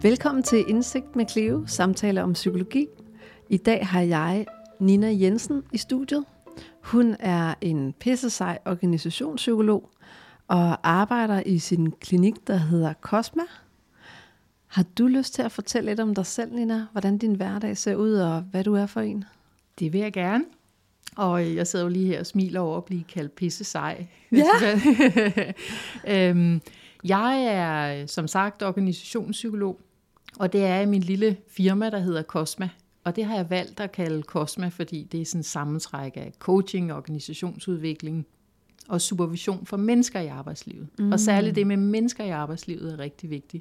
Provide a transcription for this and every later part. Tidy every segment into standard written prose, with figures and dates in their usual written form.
Velkommen til Indsigt med Cleo, samtaler om psykologi. I dag har jeg Nina Jensen i studiet. Hun er en pissesej organisationspsykolog og arbejder i sin klinik, der hedder Cosma. Har du lyst til at fortælle lidt om dig selv, Nina? Hvordan din hverdag ser ud, og hvad du er for en? Det vil jeg gerne. Og jeg sidder jo lige her og smiler over at blive kaldt pissesej. Ja. Jeg er som sagt organisationspsykolog, og det er min lille firma, der hedder Cosma. Og det har jeg valgt at kalde Cosma, fordi det er sådan en sammentræk af coaching, organisationsudvikling og supervision for mennesker i arbejdslivet. Og særligt det med mennesker i arbejdslivet er rigtig vigtigt.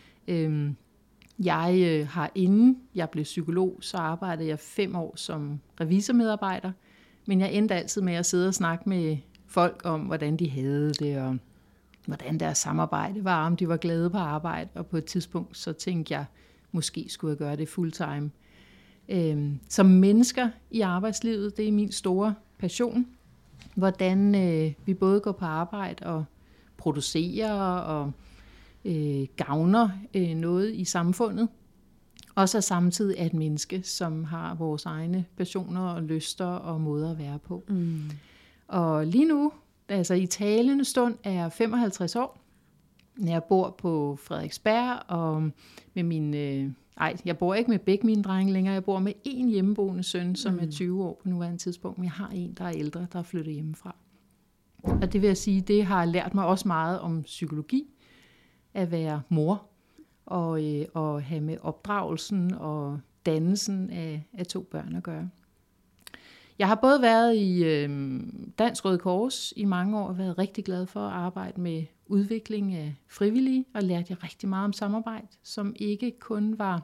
Jeg har inden jeg blev psykolog, så arbejdede jeg 5 år som revisormedarbejder, men jeg endte altid med at sidde og snakke med folk om, hvordan de havde det, og hvordan deres samarbejde var, om de var glade på arbejde, og på et tidspunkt så tænkte jeg, måske skulle jeg gøre det fulltime. Som mennesker i arbejdslivet, det er min store passion, hvordan vi både går på arbejde og producerer og gavner noget i samfundet, og så samtidig er et menneske, som har vores egne passioner og lyster og måder at være på. Og lige nu, altså i talende stund, er jeg 55 år. Jeg bor på Frederiksberg, og med min... jeg bor ikke med begge mine drenge længere. Jeg bor med en hjemmeboende søn, som er 20 år på nuværende tidspunkt. Men jeg har en, der er ældre, der er flyttet hjemmefra. Og det vil jeg sige, det har lært mig også meget om psykologi, at være mor, og have med opdragelsen og dannelsen af 2 børn at gøre. Jeg har både været i Dansk Røde Kors i mange år, og været rigtig glad for at arbejde med udvikling af frivillige, og lærte jeg rigtig meget om samarbejde, som ikke kun var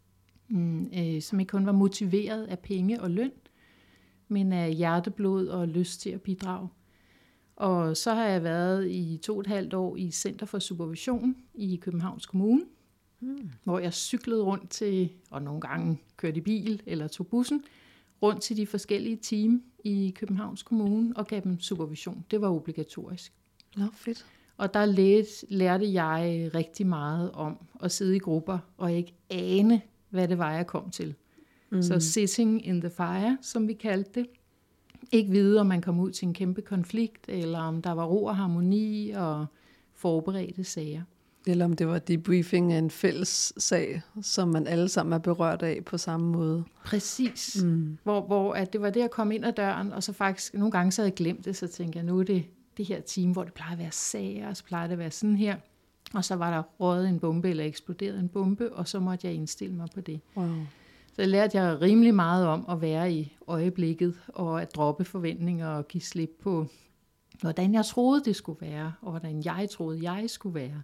motiveret af penge og løn, men af hjerteblod og lyst til at bidrage. Og så har jeg været i 2,5 år i Center for Supervision i Københavns Kommune, hvor jeg cyklede rundt til, og nogle gange kørte i bil eller tog bussen, rundt til de forskellige team i Københavns Kommune og gav dem supervision. Det var obligatorisk. Nå, fedt. Og der lærte jeg rigtig meget om at sidde i grupper og ikke ane, hvad det var, jeg kom til. Så sitting in the fire, som vi kaldte det. Ikke vide, om man kom ud til en kæmpe konflikt, eller om der var ro og harmoni og forberedte sager. Eller om det var debriefing af en fælles sag, som man alle sammen er berørt af på samme måde. Præcis. Hvor at det var det at komme ind ad døren, og så faktisk nogle gange så havde jeg glemt det, så tænkte jeg, nu er det her team, hvor det plejer at være sager, og så plejer det at være sådan her. Og så var der røget en bombe, eller eksploderet en bombe, og så måtte jeg indstille mig på det. Wow. Så jeg lærte jeg rimelig meget om at være i øjeblikket, og at droppe forventninger og give slip på, hvordan jeg troede, det skulle være, og hvordan jeg troede, jeg skulle være.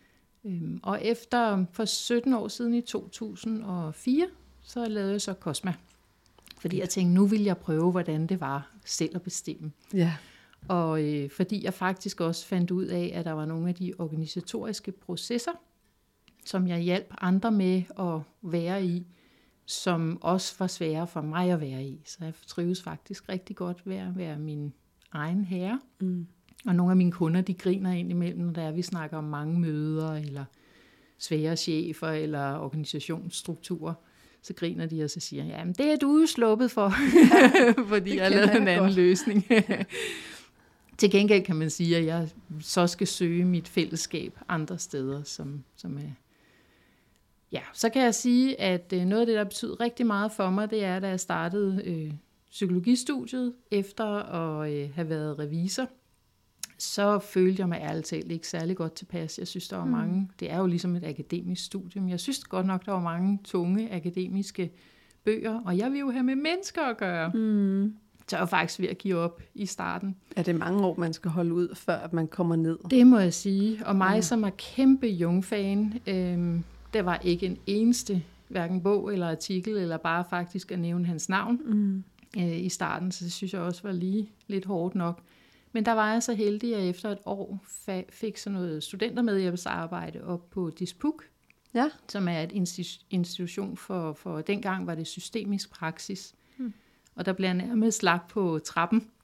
Og for 17 år siden i 2004, så lavede jeg så Cosma. Fordi jeg tænkte, nu vil jeg prøve, hvordan det var selv at bestemme. Ja. Og fordi jeg faktisk også fandt ud af, at der var nogle af de organisatoriske processer, som jeg hjalp andre med at være i, som også var svære for mig at være i. Så jeg trives faktisk rigtig godt ved at være min egen herre. Og nogle af mine kunder, de griner ind imellem, når vi snakker om mange møder, eller svære chefer, eller organisationsstrukturer. Så griner de, og så siger jeg, jamen det er du jo sluppet for, fordi jeg har lavet en anden løsning. Til gengæld kan man sige, at jeg så skal søge mit fællesskab andre steder, som er... Ja, så kan jeg sige, at noget af det, der betyder rigtig meget for mig, det er, da jeg startede psykologistudiet, efter at have været revisor, så følte jeg mig ærligt talt ikke særlig godt tilpas. Jeg synes, der var mange, det er jo ligesom et akademisk studium, jeg synes godt nok, der var mange tunge akademiske bøger, og jeg vil jo have med mennesker at gøre. Så jeg var faktisk ved at give op i starten. Er det mange år, man skal holde ud, før man kommer ned? Det må jeg sige, og mig som er kæmpe Jung-fan, der var ikke en eneste, hverken bog eller artikel, eller bare faktisk at nævne hans navn i starten, så det synes jeg også var lige lidt hårdt nok. Men der var jeg så heldig, at efter et år fik sådan noget studentermedhjælpsarbejde op på DISPUK, som er et institution for dengang var det systemisk praksis. Og der blev jeg nærmest lagt på trappen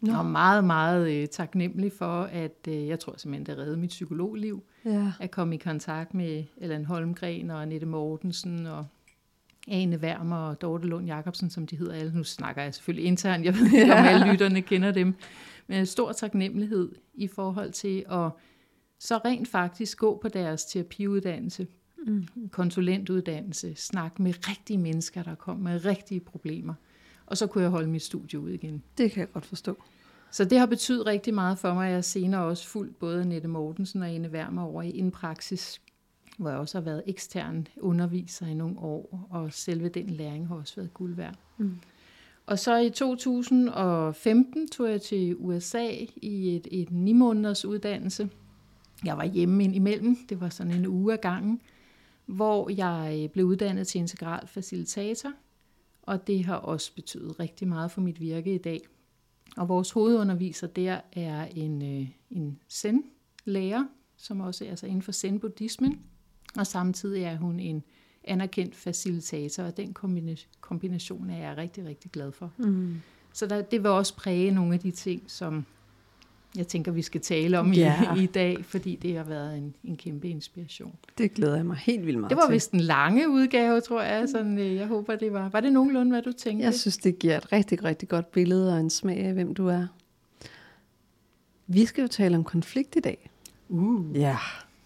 Jeg er meget, meget taknemmelig for, at jeg tror simpelthen, det reddede mit psykologliv. Ja. At komme i kontakt med Allan Holmgren og Annette Mortensen og Ane Wermer og Dorte Lund Jacobsen, som de hedder alle. Nu snakker jeg selvfølgelig internt, jeg ved ikke, om alle lytterne kender dem. Men en stor taknemmelighed i forhold til at så rent faktisk gå på deres terapiuddannelse, konsulentuddannelse, snakke med rigtige mennesker, der kom med rigtige problemer. Og så kunne jeg holde mit studie ud igen. Det kan jeg godt forstå. Så det har betydet rigtig meget for mig. Jeg har senere også fulgt både Annette Mortensen og Ane Wermer over i en praksis, hvor jeg også har været ekstern underviser i nogle år, og selve den læring har også været guld værd. Og så i 2015 tog jeg til USA i et 9 måneders uddannelse. Jeg var hjemme ind imellem, det var sådan en uge ad gangen, hvor jeg blev uddannet til integral facilitator, og det har også betydet rigtig meget for mit virke i dag. Og vores hovedunderviser der er en zen-lærer, som også er altså inden for zen-buddhismen, og samtidig er hun en anerkendt facilitator, og den kombination er jeg rigtig, rigtig glad for. Så det vil også præge nogle af de ting, som jeg tænker, vi skal tale om i dag, fordi det har været en kæmpe inspiration. Det glæder jeg mig helt vildt meget til. Det var vist en lange udgave, tror jeg. Sådan, jeg håber, det var. Var det nogenlunde, hvad du tænkte? Jeg synes, det giver et rigtig, rigtig godt billede og en smag af, hvem du er. Vi skal jo tale om konflikt i dag. Ja.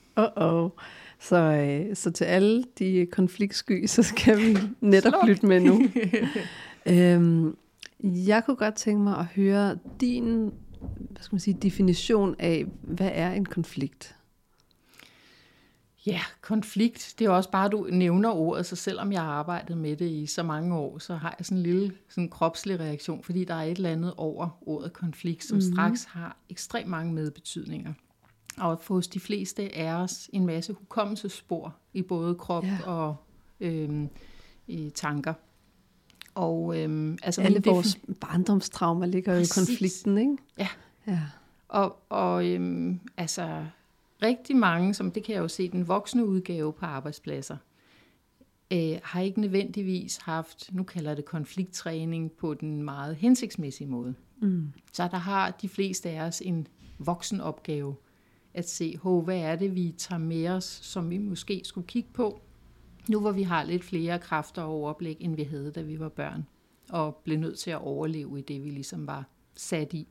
Så til alle de konfliktsky, så skal vi netop lytte med nu. Jeg kunne godt tænke mig at høre din definition af, hvad er en konflikt? Ja, konflikt, det er også bare, du nævner ordet, så selvom jeg har arbejdet med det i så mange år, så har jeg sådan en lille kropslig reaktion, fordi der er et eller andet over ordet konflikt, som straks har ekstremt mange medbetydninger. Og for hos de fleste af os en masse hukommelsesspor i både krop og i tanker. Og, alle vores barndomstraumer ligger jo i konflikten, ikke? Ja. Og rigtig mange, som det kan jeg jo se, den voksne udgave på arbejdspladser, har ikke nødvendigvis haft, nu kalder det konflikttræning, på den meget hensigtsmæssige måde. Så der har de fleste af os en voksen opgave at se, hvad er det, vi tager med os, som vi måske skulle kigge på, nu hvor vi har lidt flere kræfter og overblik, end vi havde, da vi var børn, og blev nødt til at overleve i det, vi ligesom var sat i.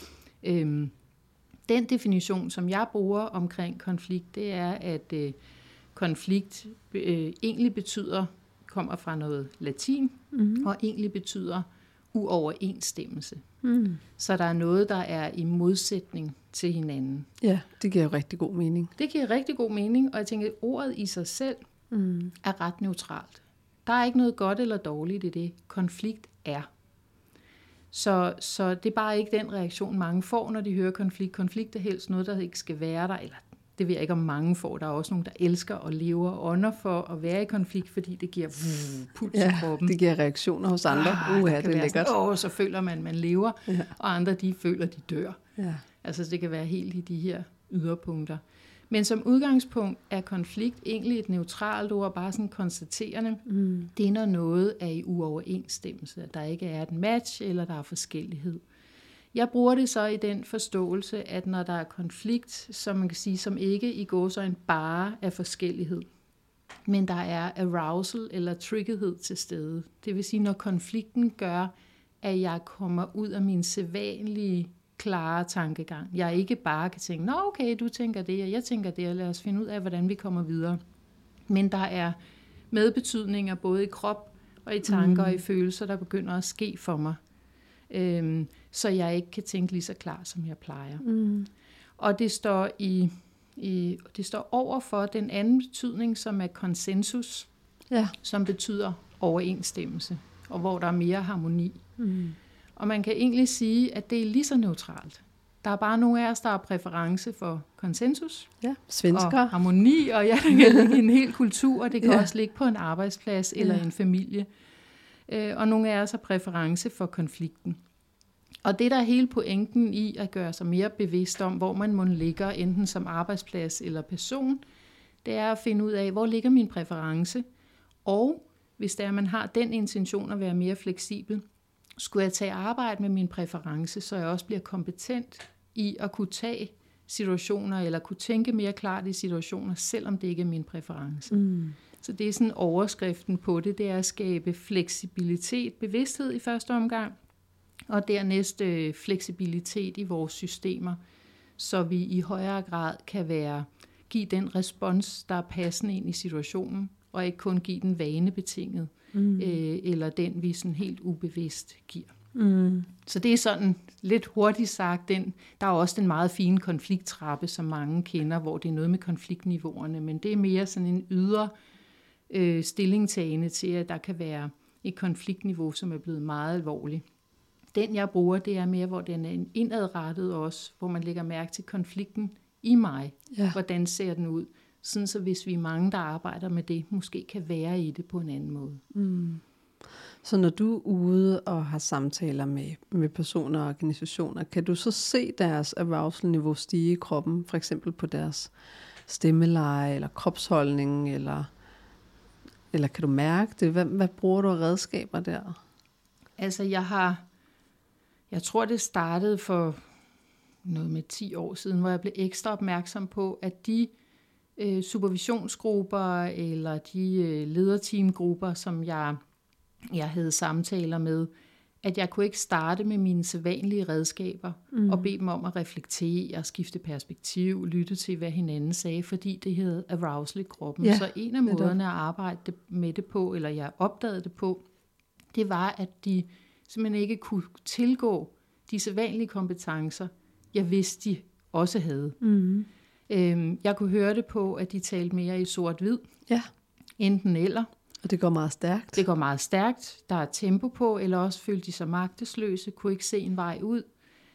Den definition, som jeg bruger omkring konflikt, det er, at konflikt egentlig kommer fra noget latin, og egentlig betyder uoverensstemmelse. Så der er noget, der er i modsætning til hinanden. Ja, det giver jo rigtig god mening. Det giver rigtig god mening, og jeg tænker, at ordet i sig selv er ret neutralt. Der er ikke noget godt eller dårligt i det. Konflikt er. Så det er bare ikke den reaktion, mange får, når de hører konflikt. Konflikt er helst noget, der ikke skal være der, eller det ved jeg ikke, om mange får. Der er også nogen, der elsker og lever og ånder for at være i konflikt, fordi det giver puls i kroppen. Det giver reaktioner hos andre. Det er lækkert. Så føler man lever, og andre de føler, de dør. Ja. Altså det kan være helt i de her yderpunkter. Men som udgangspunkt er konflikt egentlig et neutralt ord, bare sådan konstaterende. Det er, når noget er i uoverensstemmelse, at der ikke er et match, eller der er forskellighed. Jeg bruger det så i den forståelse, at når der er konflikt, som man kan sige, som ikke i gåseøjne bare er forskellighed, men der er arousal eller triggerhed til stede. Det vil sige, når konflikten gør, at jeg kommer ud af min sædvanlige klare tankegang. Jeg ikke bare kan tænke, nå okay, du tænker det, og jeg tænker det, og lad os finde ud af, hvordan vi kommer videre. Men der er medbetydninger både i krop og i tanker og i følelser, der begynder at ske for mig. Så jeg ikke kan tænke lige så klar, som jeg plejer. Og det står det står over for den anden betydning, som er konsensus, som betyder overensstemmelse, og hvor der er mere harmoni. Og man kan egentlig sige, at det er lige så neutralt. Der er bare nogle af os, der har præference for konsensus svensker. Og harmoni, og der kan ligge en hel kultur, og det kan også ligge på en arbejdsplads eller en familie. Og nogle af os har præference for konflikten. Og det, der er hele pointen i at gøre sig mere bevidst om, hvor man ligger, enten som arbejdsplads eller person, det er at finde ud af, hvor ligger min præference, og hvis det er, man har den intention at være mere fleksibel, skulle jeg tage arbejde med min præference, så jeg også bliver kompetent i at kunne tage situationer, eller kunne tænke mere klart i situationer, selvom det ikke er min præference. Så det er sådan overskriften på det, det er at skabe fleksibilitet, bevidsthed i første omgang, og dernæst fleksibilitet i vores systemer, så vi i højere grad kan give den respons, der er passende ind i situationen, og ikke kun give den vanebetinget, eller den, vi sådan helt ubevidst giver. Så det er sådan lidt hurtigt sagt, der er også den meget fine konflikttrappe, som mange kender, hvor det er noget med konfliktniveauerne, men det er mere sådan en ydre stillingtagende til, at der kan være et konfliktniveau, som er blevet meget alvorligt. Den jeg bruger, det er mere, hvor den er indadrettet også, hvor man lægger mærke til konflikten i mig. Ja. Hvordan ser den ud? Sådan så hvis vi er mange, der arbejder med det, måske kan være i det på en anden måde. Så når du er ude og har samtaler med personer og organisationer, kan du så se deres arousal-niveau stige i kroppen, for eksempel på deres stemmeleje eller kropsholdning, eller kan du mærke det? Hvad bruger du af redskaber der? Altså jeg tror det startede for noget med 10 år siden, hvor jeg blev ekstra opmærksom på, at de supervisionsgrupper eller de lederteamgrupper, som jeg havde samtaler med, at jeg kunne ikke starte med mine sædvanlige redskaber og bede dem om at reflektere, skifte perspektiv, lytte til, hvad hinanden sagde, fordi det hed arousal i kroppen. Ja, så en af måderne at arbejde med det på, eller jeg opdagede det på, det var, at de simpelthen ikke kunne tilgå de sædvanlige kompetencer, jeg vidste, de også havde. Jeg kunne høre det på, at de talte mere i sort-hvid, enten eller. Og det går meget stærkt. Det går meget stærkt. Der er tempo på, eller også følte de sig magtesløse, kunne ikke se en vej ud.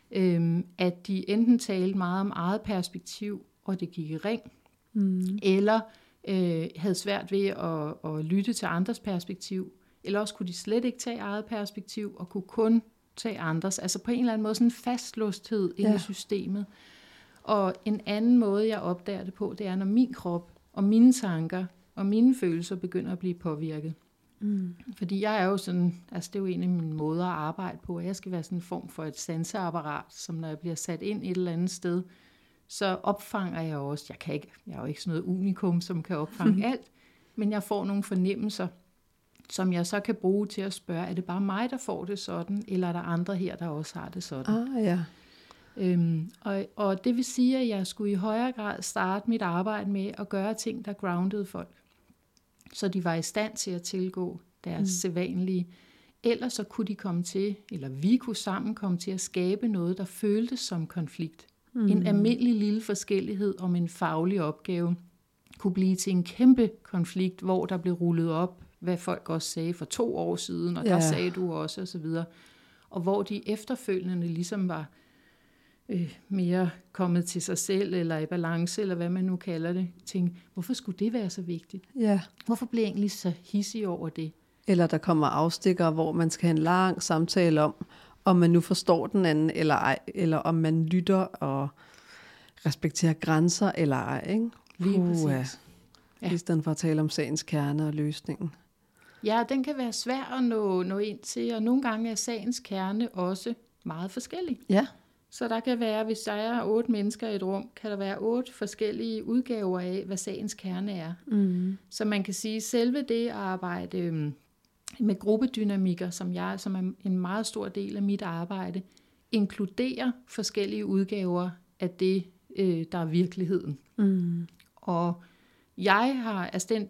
At de enten talte meget om eget perspektiv, og det gik i ring, eller havde svært ved at lytte til andres perspektiv, eller også kunne de slet ikke tage eget perspektiv, og kunne kun tage andres. Altså på en eller anden måde sådan en fastlåsthed inde i systemet. Og en anden måde, jeg opdager det på, det er, når min krop og mine tanker og mine følelser begynder at blive påvirket. Fordi jeg er jo sådan, altså det er jo en af mine måder at arbejde på, at jeg skal være sådan en form for et sanseapparat, som når jeg bliver sat ind et eller andet sted, så opfanger jeg også, jeg er jo ikke sådan noget unikum, som kan opfange alt, men jeg får nogle fornemmelser, som jeg så kan bruge til at spørge, er det bare mig, der får det sådan, eller er der andre her, der også har det sådan? Og det vil sige, at jeg skulle i højere grad starte mit arbejde med at gøre ting, der groundede folk. Så de var i stand til at tilgå deres sædvanlige. Ellers så kunne de komme til, eller vi kunne sammen komme til at skabe noget, der føltes som konflikt. En almindelig lille forskellighed om en faglig opgave kunne blive til en kæmpe konflikt, hvor der blev rullet op, hvad folk også sagde for 2 år siden, og der sagde du også, og så videre. Og hvor de efterfølgende ligesom var mere kommet til sig selv, eller i balance, eller hvad man nu kalder det, tænkte, hvorfor skulle det være så vigtigt? Ja. Hvorfor blev jeg egentlig så hissig over det? Eller der kommer afstikker, hvor man skal have en lang samtale om man nu forstår den anden, eller ej, eller om man lytter og respekterer grænser, eller ej, ikke? Lige præcis. I stedet for at tale om sagens kerne og løsningen. Ja, den kan være svær at nå ind til, og nogle gange er sagens kerne også meget forskellig. Ja. Så der kan være, hvis der er 8 mennesker i et rum, kan der være 8 forskellige udgaver af, hvad sagens kerne er. Så man kan sige, selve det at arbejde med gruppedynamikker, som er en meget stor del af mit arbejde, inkluderer forskellige udgaver af det, der er virkeligheden. Og jeg har, altså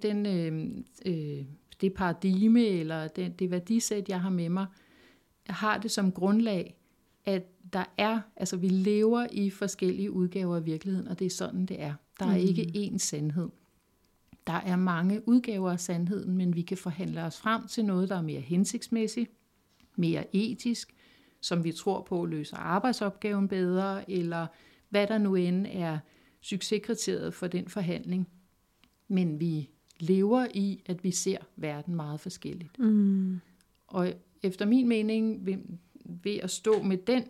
det paradigme, eller det værdisæt, jeg har med mig, jeg har det som grundlag, at vi lever i forskellige udgaver af virkeligheden, og det er sådan, det er. Der er ikke én sandhed. Der er mange udgaver af sandheden, men vi kan forhandle os frem til noget, der er mere hensigtsmæssigt, mere etisk, som vi tror på løser arbejdsopgaven bedre, eller hvad der nu end er succeskriteriet for den forhandling. Men vi lever i, at vi ser verden meget forskelligt. Og efter min mening, ved at stå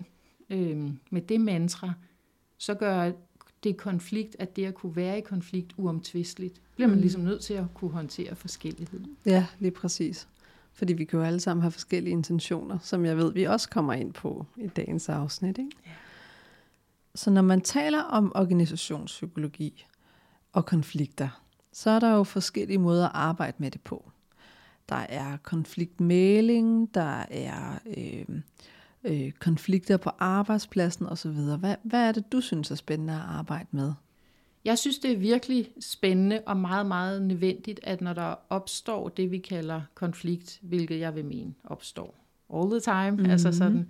med det mantra, så gør det konflikt, at det at kunne være i konflikt uomtvisteligt, bliver man ligesom nødt til at kunne håndtere forskellighed. Ja, lige præcis. Fordi vi kan jo alle sammen have forskellige intentioner, som jeg ved, vi også kommer ind på i dagens afsnit. Ikke? Ja. Så når man taler om organisationspsykologi og konflikter, så er der jo forskellige måder at arbejde med det på. Der er konfliktmægling, der er konflikter på arbejdspladsen osv. Hvad er det, du synes er spændende at arbejde med? Jeg synes, det er virkelig spændende og meget, meget nødvendigt, at når der opstår det, vi kalder konflikt, hvilket jeg vil mene opstår all the time, altså sådan,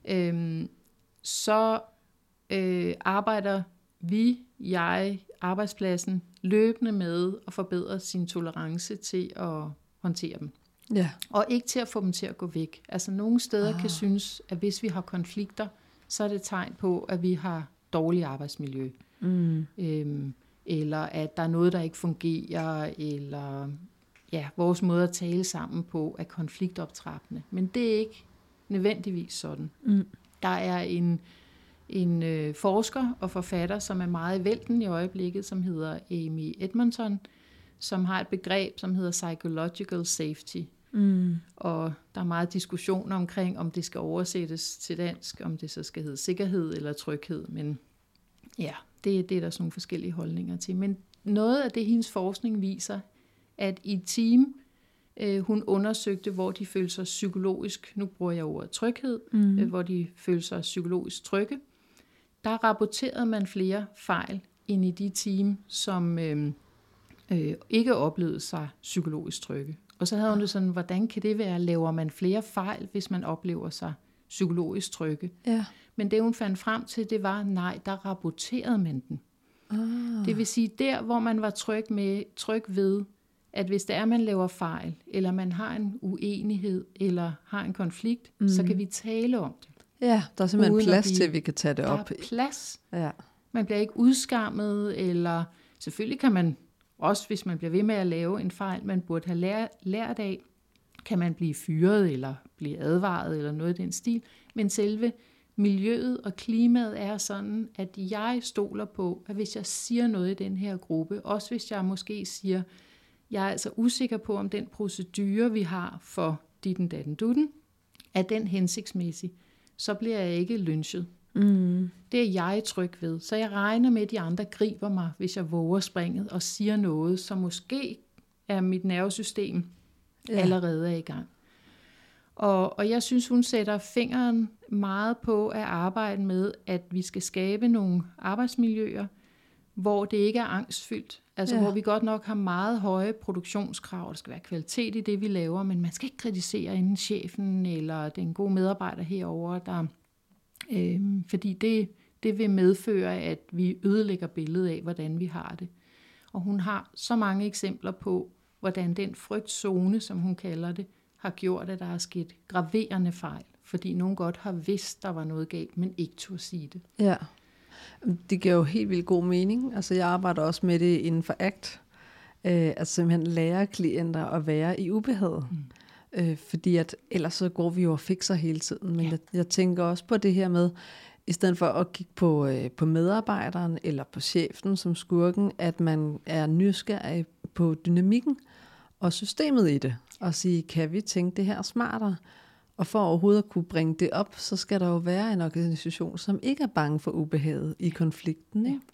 så arbejder arbejdspladsen, løbende med at forbedre sin tolerance til at håndtere dem. Ja. Og ikke til at få dem til at gå væk. Altså nogle steder kan synes, at hvis vi har konflikter, så er det tegn på, at vi har dårligt arbejdsmiljø. Eller at der er noget, der ikke fungerer, eller vores måde at tale sammen på er konfliktoptrappende. Men det er ikke nødvendigvis sådan. Der er en forsker og forfatter, som er meget i vælten i øjeblikket, som hedder Amy Edmondson, som har et begreb, som hedder psychological safety. Og der er meget diskussion omkring, om det skal oversættes til dansk, om det så skal hedde sikkerhed eller tryghed, men ja, det er der sådan nogle forskellige holdninger til. Men noget af det, hendes forskning viser, at i et team, hun undersøgte, hvor de følte sig psykologisk, nu bruger jeg ordet tryghed, hvor de følte sig psykologisk trygge, der rapporterede man flere fejl ind i de team, som ikke oplevede sig psykologisk trygge. Og så havde hun det sådan, hvordan kan det være, laver man flere fejl, hvis man oplever sig psykologisk trygge? Ja. Men det hun fandt frem til, det var, nej, der rapporterede man den. Det vil sige, der hvor man var tryg ved, at hvis det er, man laver fejl, eller man har en uenighed, eller har en konflikt, så kan vi tale om det. Ja, der er simpelthen plads til, at vi kan tage det op. Der er plads. Ja. Man bliver ikke udskammet, eller selvfølgelig kan man, også hvis man bliver ved med at lave en fejl, man burde have lært af, kan man blive fyret, eller blive advaret, eller noget i den stil. Men selve miljøet og klimaet er sådan, at jeg stoler på, at hvis jeg siger noget i den her gruppe, også hvis jeg måske siger, jeg er altså usikker på, om den procedure, vi har for ditten, datten, dutten, er den hensigtsmæssig, så bliver jeg ikke lynchet. Det er jeg tryg ved. Så jeg regner med, at de andre griber mig, hvis jeg våger springet og siger noget, som måske er mit nervesystem allerede er i gang. Og jeg synes, hun sætter fingeren meget på at arbejde med, at vi skal skabe nogle arbejdsmiljøer, hvor det ikke er angstfyldt. Altså hvor vi godt nok har meget høje produktionskrav, der skal være kvalitet i det, vi laver, men man skal ikke kritisere enten chefen eller den gode medarbejder herovre, der, fordi det vil medføre, at vi ødelægger billedet af, hvordan vi har det. Og hun har så mange eksempler på, hvordan den frygtzone, som hun kalder det, har gjort, at der er sket graverende fejl, fordi nogen godt har vidst, der var noget galt, men ikke turde sige det. Ja, det giver jo helt vildt god mening. Altså jeg arbejder også med det inden for ACT, at simpelthen lære klienter at være i ubehag. Fordi at ellers så går vi jo og fikser hele tiden. Men jeg tænker også på det her med, i stedet for at kigge på medarbejderen eller på chefen som skurken, at man er nysgerrig på dynamikken og systemet i det. Og sige, kan vi tænke det her smartere? Og for overhovedet at kunne bringe det op, så skal der jo være en organisation, som ikke er bange for ubehaget i konflikten. Ikke?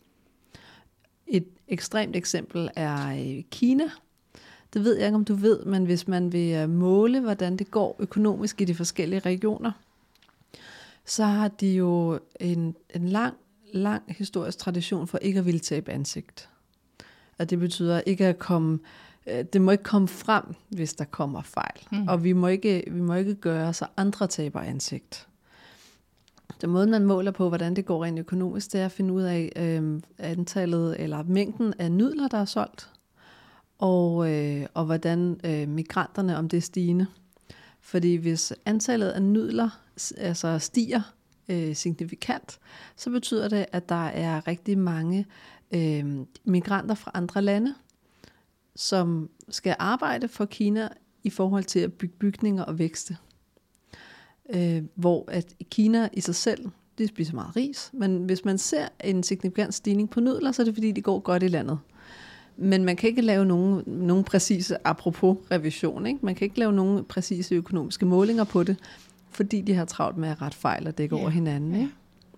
Et ekstremt eksempel er Kina. Det ved jeg ikke, om du ved, men hvis man vil måle, hvordan det går økonomisk i de forskellige regioner, så har de jo en lang historisk tradition for ikke at ville tabe ansigt. Og det betyder ikke at komme... Det må ikke komme frem, hvis der kommer fejl. Og vi må ikke gøre, så andre taber ansigt. Den måde, man måler på, hvordan det går rent økonomisk, det er at finde ud af antallet eller mængden af nudler, der er solgt, og hvordan migranterne, om det er stigende. Fordi hvis antallet af nudler altså stiger signifikant, så betyder det, at der er rigtig mange migranter fra andre lande, som skal arbejde for Kina i forhold til at bygge bygninger og vækste. Hvor at Kina i sig selv, de spiser meget ris, men hvis man ser en signifikant stigning på nudler, så er det fordi, de går godt i landet. Men man kan ikke lave nogen præcise, apropos revision, ikke? Man kan ikke lave nogen præcise økonomiske målinger på det, fordi de har travlt med at rette fejl og dække over hinanden. Ikke?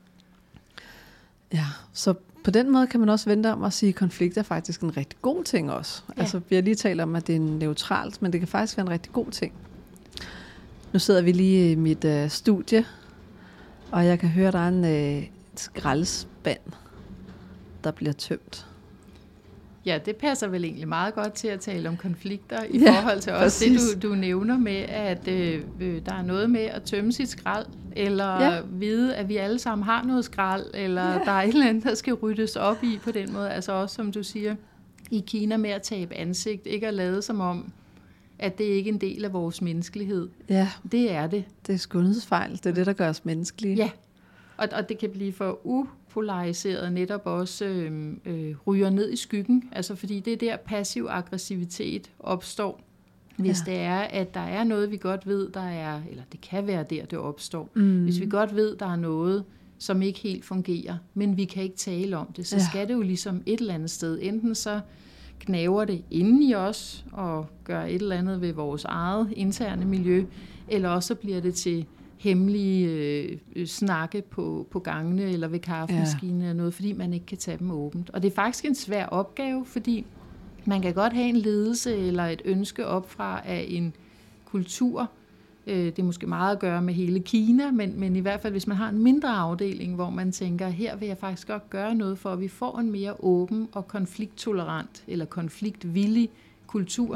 Ja, så på den måde kan man også vente om at sige, at konflikt er faktisk en rigtig god ting også. Ja. Altså, vi har lige talt om, at det er neutralt, men det kan faktisk være en rigtig god ting. Nu sidder vi lige i mit studie, og jeg kan høre, at der er en skraldespand, der bliver tømt. Ja, det passer vel egentlig meget godt til at tale om konflikter i forhold til også det, du nævner med, at der er noget med at tømme sit skrald, eller vide, at vi alle sammen har noget skrald, eller der er et eller andet, der skal ryddes op i på den måde. Altså også, som du siger, i Kina med at tabe ansigt, ikke at lade som om, at det ikke er en del af vores menneskelighed. Ja. Det er det. Det er skønhedsfejl. Det er det, der gør os menneskelige. Ja, og det kan blive for upolariseret, netop også ryger ned i skyggen. Altså fordi det er der passiv aggressivitet opstår, hvis det er, at der er noget, vi godt ved, der er, eller det kan være der, det opstår. Hvis vi godt ved, der er noget, som ikke helt fungerer, men vi kan ikke tale om det, så skal det jo ligesom et eller andet sted. Enten så gnaver det inden i os, og gør et eller andet ved vores eget interne miljø, eller også bliver det til hemmelige snakke på gangene, eller ved kaffemaskinen, eller noget, fordi man ikke kan tage dem åbent. Og det er faktisk en svær opgave, fordi man kan godt have en ledelse, eller et ønske opfra af en kultur. Det er måske meget at gøre med hele Kina, men i hvert fald, hvis man har en mindre afdeling, hvor man tænker, her vil jeg faktisk godt gøre noget for, at vi får en mere åben og konflikttolerant, eller konfliktvillig kultur,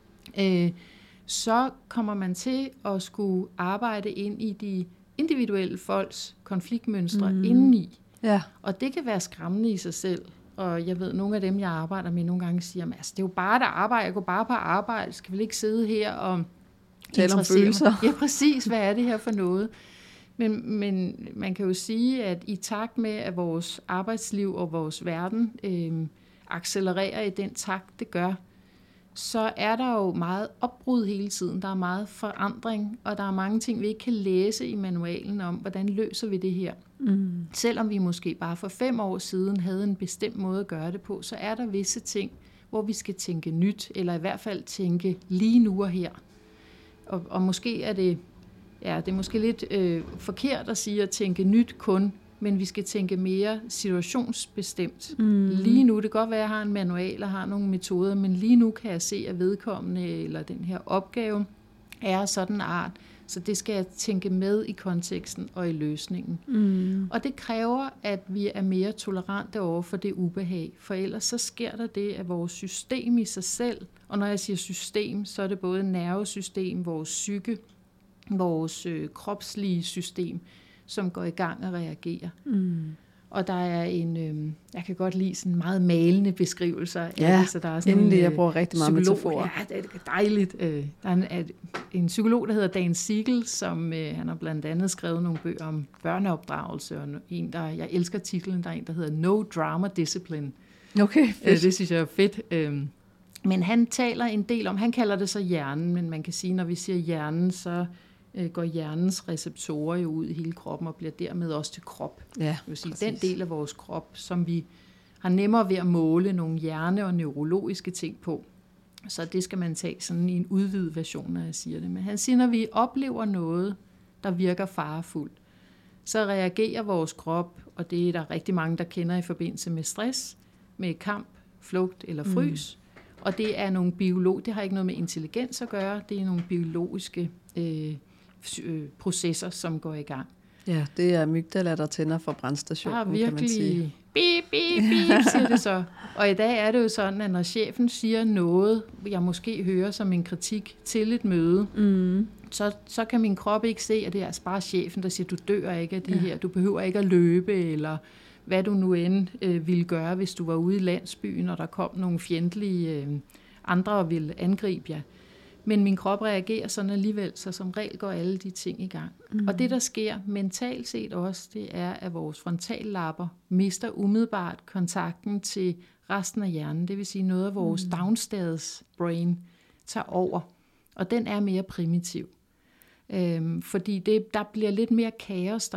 så kommer man til at skulle arbejde ind i de individuelle folks konfliktmønstre indeni. Ja. Og det kan være skræmmende i sig selv. Og jeg ved, nogle af dem, jeg arbejder med, nogle gange siger, altså, det er jo bare der arbejde, jeg går bare på arbejde, skal vel ikke sidde her og tale om følelser. Ja, præcis, hvad er det her for noget? Men man kan jo sige, at i takt med, at vores arbejdsliv og vores verden accelererer i den takt, det gør, så er der jo meget opbrud hele tiden. Der er meget forandring, og der er mange ting, vi ikke kan læse i manualen om, hvordan løser vi det her. Selvom vi måske bare for 5 år siden havde en bestemt måde at gøre det på, så er der visse ting, hvor vi skal tænke nyt, eller i hvert fald tænke lige nu og her. Og måske er det er måske lidt forkert at sige at tænke nyt kun, men vi skal tænke mere situationsbestemt. Lige nu, det kan godt være, at jeg har en manual og har nogle metoder, men lige nu kan jeg se, at vedkommende eller den her opgave er sådan en art, så det skal jeg tænke med i konteksten og i løsningen. Og det kræver, at vi er mere tolerante over for det ubehag, for ellers så sker der det, at vores system i sig selv, og når jeg siger system, så er det både nervesystem, vores psyke, vores kropslige system, som går i gang og reagerer. Og der er jeg kan godt lide sådan meget malende beskrivelser af det, så der er sådan endelig, jeg bruger rigtig meget metaforer. Ja, det er dejligt. Der er en psykolog, der hedder Dan Siegel, som han har blandt andet skrevet nogle bøger om børneopdragelse, og jeg elsker titlen, der er en, der hedder No Drama Discipline. Okay, fedt. Det synes jeg er fedt. Men han taler en del om, han kalder det så hjernen, men man kan sige, når vi siger hjernen, så går hjernens receptorer jo ud i hele kroppen og bliver dermed også til krop. Ja, det vil sige, den del af vores krop, som vi har nemmere ved at måle nogle hjerne- og neurologiske ting på. Så det skal man tage sådan i en udvidet version, når jeg siger det. Men han siger, når vi oplever noget, der virker farefuldt, så reagerer vores krop, og det er der rigtig mange, der kender i forbindelse med stress, med kamp, flugt eller frys. Og det er nogle det har ikke noget med intelligens at gøre, det er nogle biologiske processer, som går i gang. Ja, det er amygdala, der tænder for brandstationen, virkelig, kan man sige. Bip, bip, bip, siger det så. Og i dag er det jo sådan, at når chefen siger noget, jeg måske hører som en kritik til et møde, så kan min krop ikke se, at det er altså bare chefen, der siger, du dør ikke af det her, du behøver ikke at løbe, eller hvad du nu end ville gøre, hvis du var ude i landsbyen, og der kom nogle fjendtlige andre og ville angribe jer. Men min krop reagerer sådan alligevel, så som regel går alle de ting i gang. Og det, der sker mentalt set også, det er, at vores frontallapper mister umiddelbart kontakten til resten af hjernen. Det vil sige, noget af vores downstairs brain tager over. Og den er mere primitiv. Fordi der bliver lidt mere kaos derinde.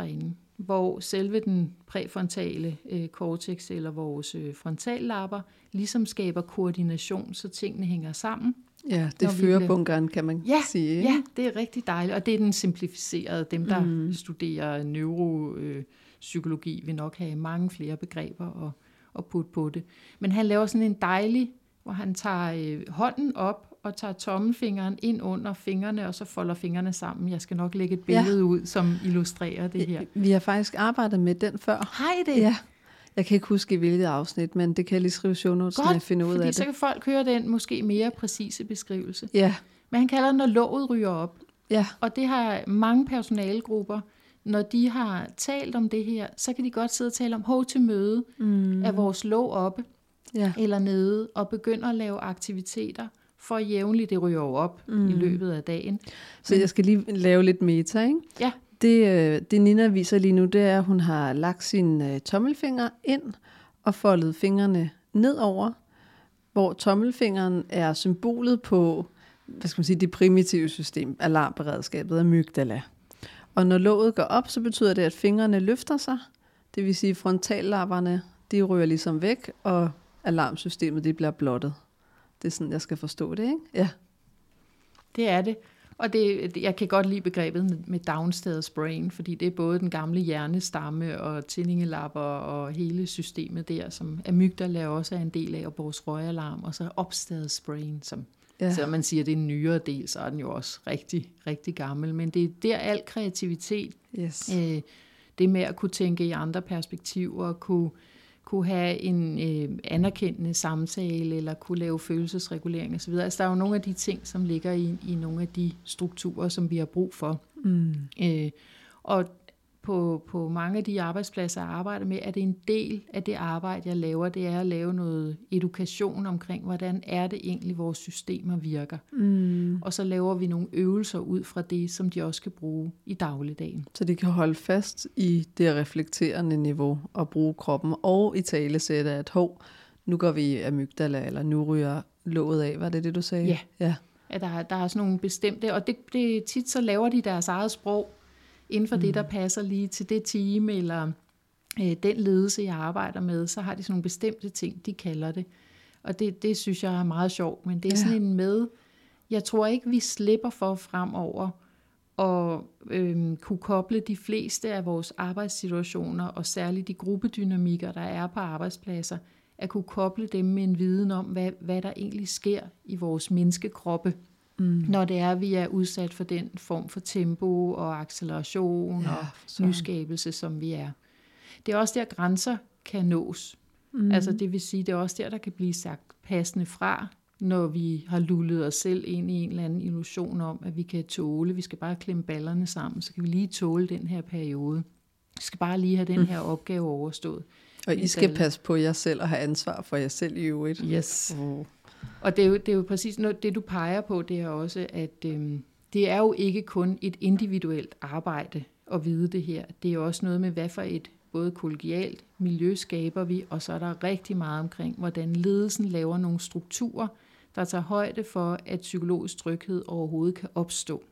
hvor selve den præfrontale cortex eller vores frontallapper ligesom skaber koordination, så tingene hænger sammen. Ja, det fører bunkeren, kan man sige. Ikke? Ja, det er rigtig dejligt, og det er den simplificerede. Dem, der studerer neuropsykologi, vil nok have mange flere begreber at putte på det. Men han laver sådan en dejlig, hvor han tager hånden op og tager tommelfingeren ind under fingrene, og så folder fingrene sammen. Jeg skal nok lægge et billede ud, som illustrerer det her. Vi har faktisk arbejdet med den før. Hej det! Ja. Jeg kan ikke huske i hvilket afsnit, men det kan jeg lige skrive show notes, når jeg finder ud af det. Så kan folk høre den måske mere præcise beskrivelse. Ja. Men han kalder den, når låget ryger op. Ja. Og det har mange personalegrupper, når de har talt om det her, så kan de godt sidde og tale om, til møde, er vores låg oppe eller nede, og begynde at lave aktiviteter, for jævnligt det ryger op i løbet af dagen. Så jeg skal lige lave lidt meta, ikke? Ja. Det Nina viser lige nu, det er, at hun har lagt sine tommelfinger ind og foldet fingrene nedover, hvor tommelfingeren er symbolet på, hvad skal man sige, det primitive system, alarmberedskabet, amygdala. Og når låget går op, så betyder det, at fingrene løfter sig, det vil sige frontallapperne, de ryger ligesom væk, og alarmsystemet, det bliver blottet. Det er sådan, jeg skal forstå det, ikke? Ja. Det er det. Og jeg kan godt lide begrebet med downstairs brain, fordi det er både den gamle hjernestamme og tændingelapper og hele systemet der, som amygdala også er en del af, og vores røgalarm, og så upstairs brain, som selvom man siger, at det er en nyere del, så er den jo også rigtig, rigtig gammel. Men det er der al kreativitet, det med at kunne tænke i andre perspektiver, kunne have en anerkendende samtale, eller kunne lave følelsesregulering osv. Altså, der er jo nogle af de ting, som ligger i nogle af de strukturer, som vi har brug for. Og på mange af de arbejdspladser, jeg arbejder med, er det en del af det arbejde, jeg laver, det er at lave noget edukation omkring, hvordan er det egentlig, vores systemer virker. Og så laver vi nogle øvelser ud fra det, som de også kan bruge i dagligdagen. Så de kan holde fast i det reflekterende niveau og bruge kroppen og i talesætte, at nu går vi i amygdala, eller nu ryger låget af. Var det du sagde? Ja. Der er sådan nogle bestemte, og det tit så laver de deres eget sprog, inden for det, der passer lige til det team, eller den ledelse, jeg arbejder med, så har de sådan nogle bestemte ting, de kalder det. Og det synes jeg er meget sjovt, men det er sådan en med, jeg tror ikke, vi slipper for fremover at kunne koble de fleste af vores arbejdssituationer, og særligt de gruppedynamikker, der er på arbejdspladser, at kunne koble dem med en viden om, hvad der egentlig sker i vores menneskekroppe, når det er, vi er udsat for den form for tempo og acceleration og nyskabelse, som vi er. Det er også der, grænser kan nås. Altså det vil sige, det er også der kan blive sagt passende fra, når vi har lullet os selv ind i en eller anden illusion om, at vi kan tåle. Vi skal bare klemme ballerne sammen, så kan vi lige tåle den her periode. Vi skal bare lige have den her opgave overstået. Og I skal passe på jer selv og have ansvar for jer selv i øvrigt. Yes. Og det er jo præcis noget, det du peger på, det er også, at det er jo ikke kun et individuelt arbejde at vide det her. Det er også noget med, hvad for et både kollegialt miljø skaber vi, og så er der rigtig meget omkring, hvordan ledelsen laver nogle strukturer, der tager højde for, at psykologisk tryghed overhovedet kan opstå.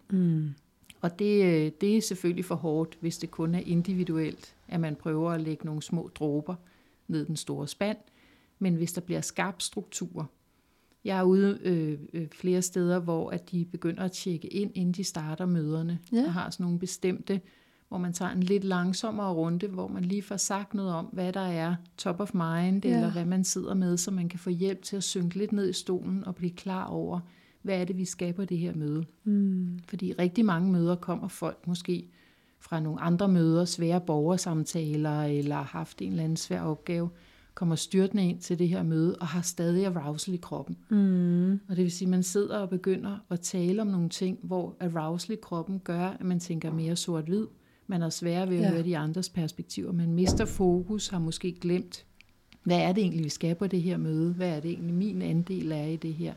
Og det er selvfølgelig for hårdt, hvis det kun er individuelt, at man prøver at lægge nogle små dråber ned den store spand. Men hvis der bliver skabt strukturer, jeg er ude flere steder, hvor at de begynder at tjekke ind, inden de starter møderne. Og har sådan nogle bestemte, hvor man tager en lidt langsommere runde, hvor man lige får sagt noget om, hvad der er top of mind, eller hvad man sidder med, så man kan få hjælp til at synke lidt ned i stolen og blive klar over, hvad er det, vi skaber det her møde. Fordi rigtig mange møder kommer folk måske fra nogle andre møder, svære borgersamtaler, eller har haft en eller anden svær opgave, kommer styrtende ind til det her møde, og har stadig arousal i kroppen. Og det vil sige, at man sidder og begynder at tale om nogle ting, hvor arousal i kroppen gør, at man tænker mere sort-hvid. Man er svær ved at høre de andres perspektiver. Man mister fokus, har måske glemt, hvad er det egentlig, vi skal på det her møde? Hvad er det egentlig, min andel er i det her?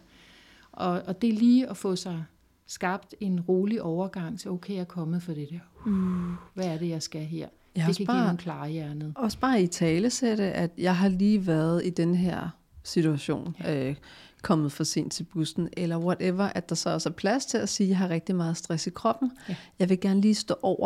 Og det er lige at få sig skabt en rolig overgang til, okay, jeg er kommet for det der. Hvad er det, jeg skal her? Det kan give en klar hjernet. Også bare i talesætte, at jeg har lige været i den her situation, kommet for sent til bussen, eller whatever, at der så også er plads til at sige, at jeg har rigtig meget stress i kroppen. Jeg vil gerne lige stå over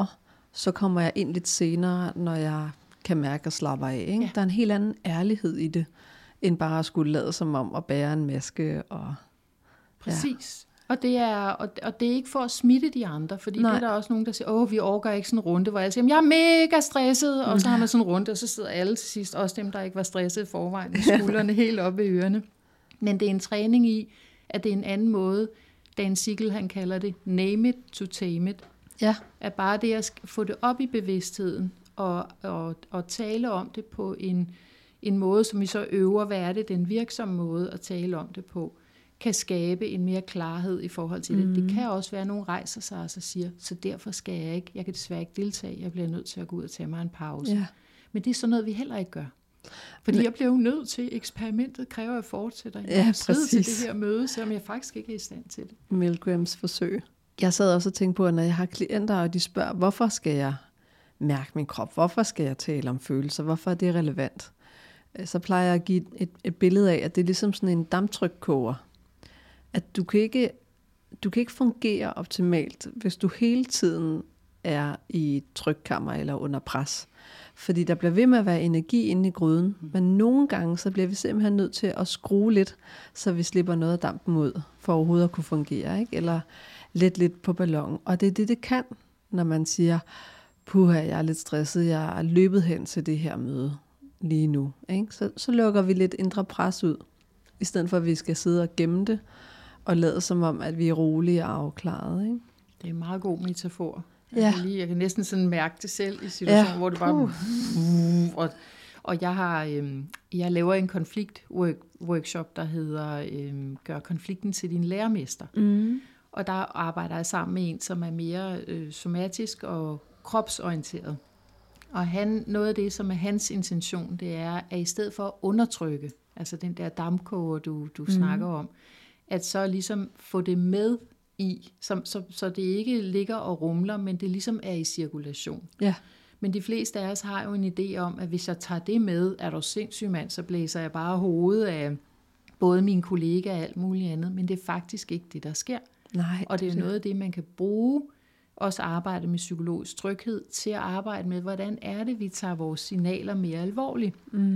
så kommer jeg ind lidt senere, når jeg kan mærke at slappe af. Ikke? Ja. Der er en helt anden ærlighed i det, end bare at skulle lade som om at bære en maske. Præcis. Og det er ikke for at smitte de andre, fordi det er der også nogen, der siger, vi orker ikke sådan en runde, hvor jeg siger, jeg er mega stresset, og så har man sådan en runde, og så sidder alle til sidst, også dem, der ikke var stresset i forvejen, med skuldrene helt op ved ørerne. Men det er en træning i, at det er en anden måde. Dan Siegel, han kalder det, name it to tame it. Ja. At bare det at få det op i bevidstheden, og tale om det på en måde, som vi så øver, hvad er det, den virksomme måde at tale om det på, kan skabe en mere klarhed i forhold til det. Det kan også være, at nogen rejser sig og så siger, så derfor skal jeg kan desværre ikke deltage, jeg bliver nødt til at gå ud og tage mig en pause. Ja. Men det er sådan noget, vi heller ikke gør. Fordi jeg bliver jo nødt til, eksperimentet kræver, at jeg fortsætter. Jeg har siddet til det her møde, selvom jeg faktisk ikke er i stand til det. Milgrams forsøg. Jeg sad også og tænkte på, at når jeg har klienter, og de spørger, hvorfor skal jeg mærke min krop? Hvorfor skal jeg tale om følelser? Hvorfor er det relevant? Så plejer jeg at give et billede af, at det er ligesom sådan en damptrykkoger. At du kan ikke fungere optimalt, hvis du hele tiden er i et trykkammer eller under pres. Fordi der bliver ved med at være energi inde i gryden, men nogle gange så bliver vi simpelthen nødt til at skrue lidt, så vi slipper noget af dampen ud, for overhovedet at kunne fungere, ikke? Eller lidt på ballonen. Og det er det kan, når man siger, puha, jeg er lidt stresset, jeg er løbet hen til det her møde lige nu. Ikke? Så lukker vi lidt indre pres ud, i stedet for at vi skal sidde og gemme det, og lade som om, at vi er rolige og afklaret. Ikke? Det er en meget god metafor. Ja. Jeg kan næsten sådan mærke det selv i situationer, hvor det bare... Og jeg laver en konfliktworkshop, der hedder Gør konflikten til din lærermester. Og der arbejder jeg sammen med en, som er mere somatisk og kropsorienteret. Og noget af det, som er hans intention, det er, at i stedet for at undertrykke, altså den der dampkoger, du snakker om, at så ligesom få det med i, så det ikke ligger og rumler, men det ligesom er i cirkulation. Ja. Men de fleste af os har jo en idé om, at hvis jeg tager det med, er du sindssyg mand, så blæser jeg bare hovedet af både mine kollegaer og alt muligt andet, men det er faktisk ikke det, der sker. Nej, og det er noget af det, man kan bruge, også arbejde med psykologisk tryghed, til at arbejde med, hvordan er det, vi tager vores signaler mere alvorligt.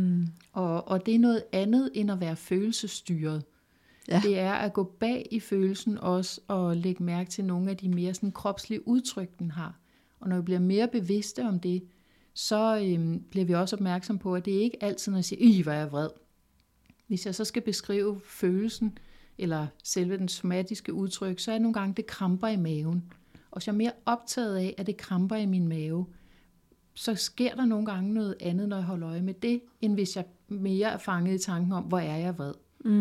Og det er noget andet, end at være følelsesstyret. Ja. Det er at gå bag i følelsen også, og lægge mærke til nogle af de mere sådan, kropslige udtryk, den har. Og når vi bliver mere bevidste om det, så bliver vi også opmærksom på, at det ikke altid, når jeg siger, hvor er jeg vred. Hvis jeg så skal beskrive følelsen, eller selve den somatiske udtryk, så er det nogle gange, det kramper i maven. Og så er jeg mere optaget af, at det kramper i min mave, så sker der nogle gange noget andet, når jeg holder øje med det, end hvis jeg mere er fanget i tanken om, hvor er jeg vred.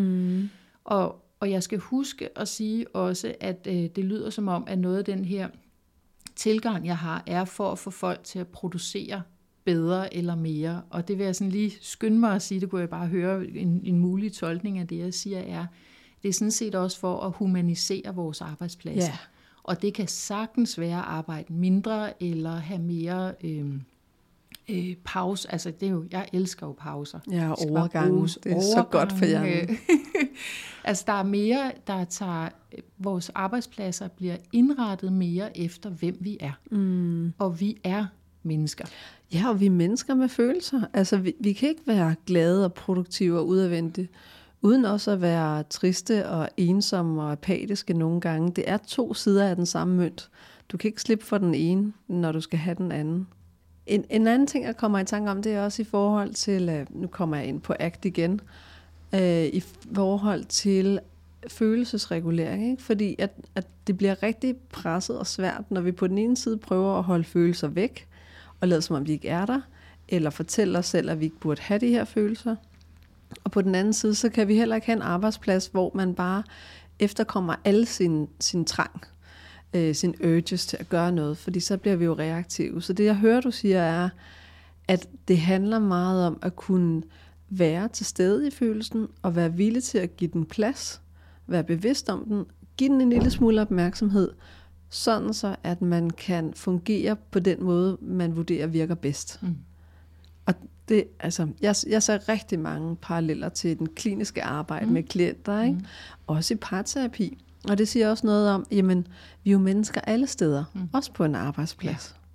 Og jeg skal huske at sige også, at det lyder som om, at noget af den her tilgang, jeg har, er for at få folk til at producere bedre eller mere. Og det vil jeg sådan lige skynde mig at sige, det kunne jeg bare høre en mulig tolkning af det, jeg siger, er, det er sådan set også for at humanisere vores arbejdspladser. Ja. Og det kan sagtens være at arbejde mindre, eller have mere pause. Altså, det er jo, jeg elsker jo pauser. Ja, overgangen. Det er så godt for jer. Altså, der er mere, der tager... Vores arbejdspladser bliver indrettet mere efter, hvem vi er. Og vi er mennesker. Ja, og vi er mennesker med følelser. Altså, vi kan ikke være glade og produktive og udadvendte, uden også at være triste og ensomme og apatiske nogle gange. Det er 2 sider af den samme mønt. Du kan ikke slippe for den ene, når du skal have den anden. En anden ting, jeg kommer i tanke om, det er også i forhold til, nu kommer jeg ind på ACT igen, i forhold til følelsesregulering, ikke? Fordi at det bliver rigtig presset og svært, når vi på den ene side prøver at holde følelser væk, og lade som om de ikke er der, eller fortælle os selv, at vi ikke burde have de her følelser. Og på den anden side, så kan vi heller ikke have en arbejdsplads, hvor man bare efterkommer alle sin trang, sin urges til at gøre noget, fordi så bliver vi jo reaktive. Så det, jeg hører, du siger, er, at det handler meget om at kunne være til stede i følelsen, og være villig til at give den plads, være bevidst om den, give den en lille smule opmærksomhed, sådan så, at man kan fungere på den måde, man vurderer virker bedst. Og det, altså, jeg ser rigtig mange paralleller til den kliniske arbejde med klienter, ikke? Også i parterapi. Og det siger også noget om, jamen, vi er jo mennesker alle steder, også på en arbejdsplads.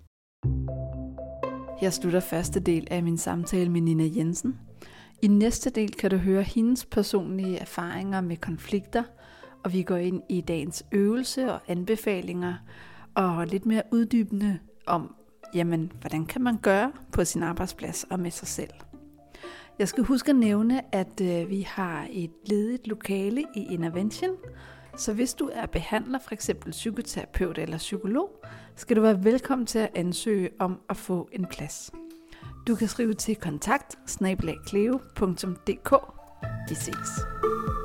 Her slutter første del af min samtale med Nina Jensen. I næste del kan du høre hendes personlige erfaringer med konflikter, og vi går ind i dagens øvelse og anbefalinger, og lidt mere uddybende om, hvordan kan man gøre på sin arbejdsplads og med sig selv. Jeg skal huske at nævne, at vi har et ledigt lokale i Intervention, så hvis du er behandler, f.eks. psykoterapeut eller psykolog, skal du være velkommen til at ansøge om at få en plads. Du kan skrive til kontakt@cleo.dk. Vi ses.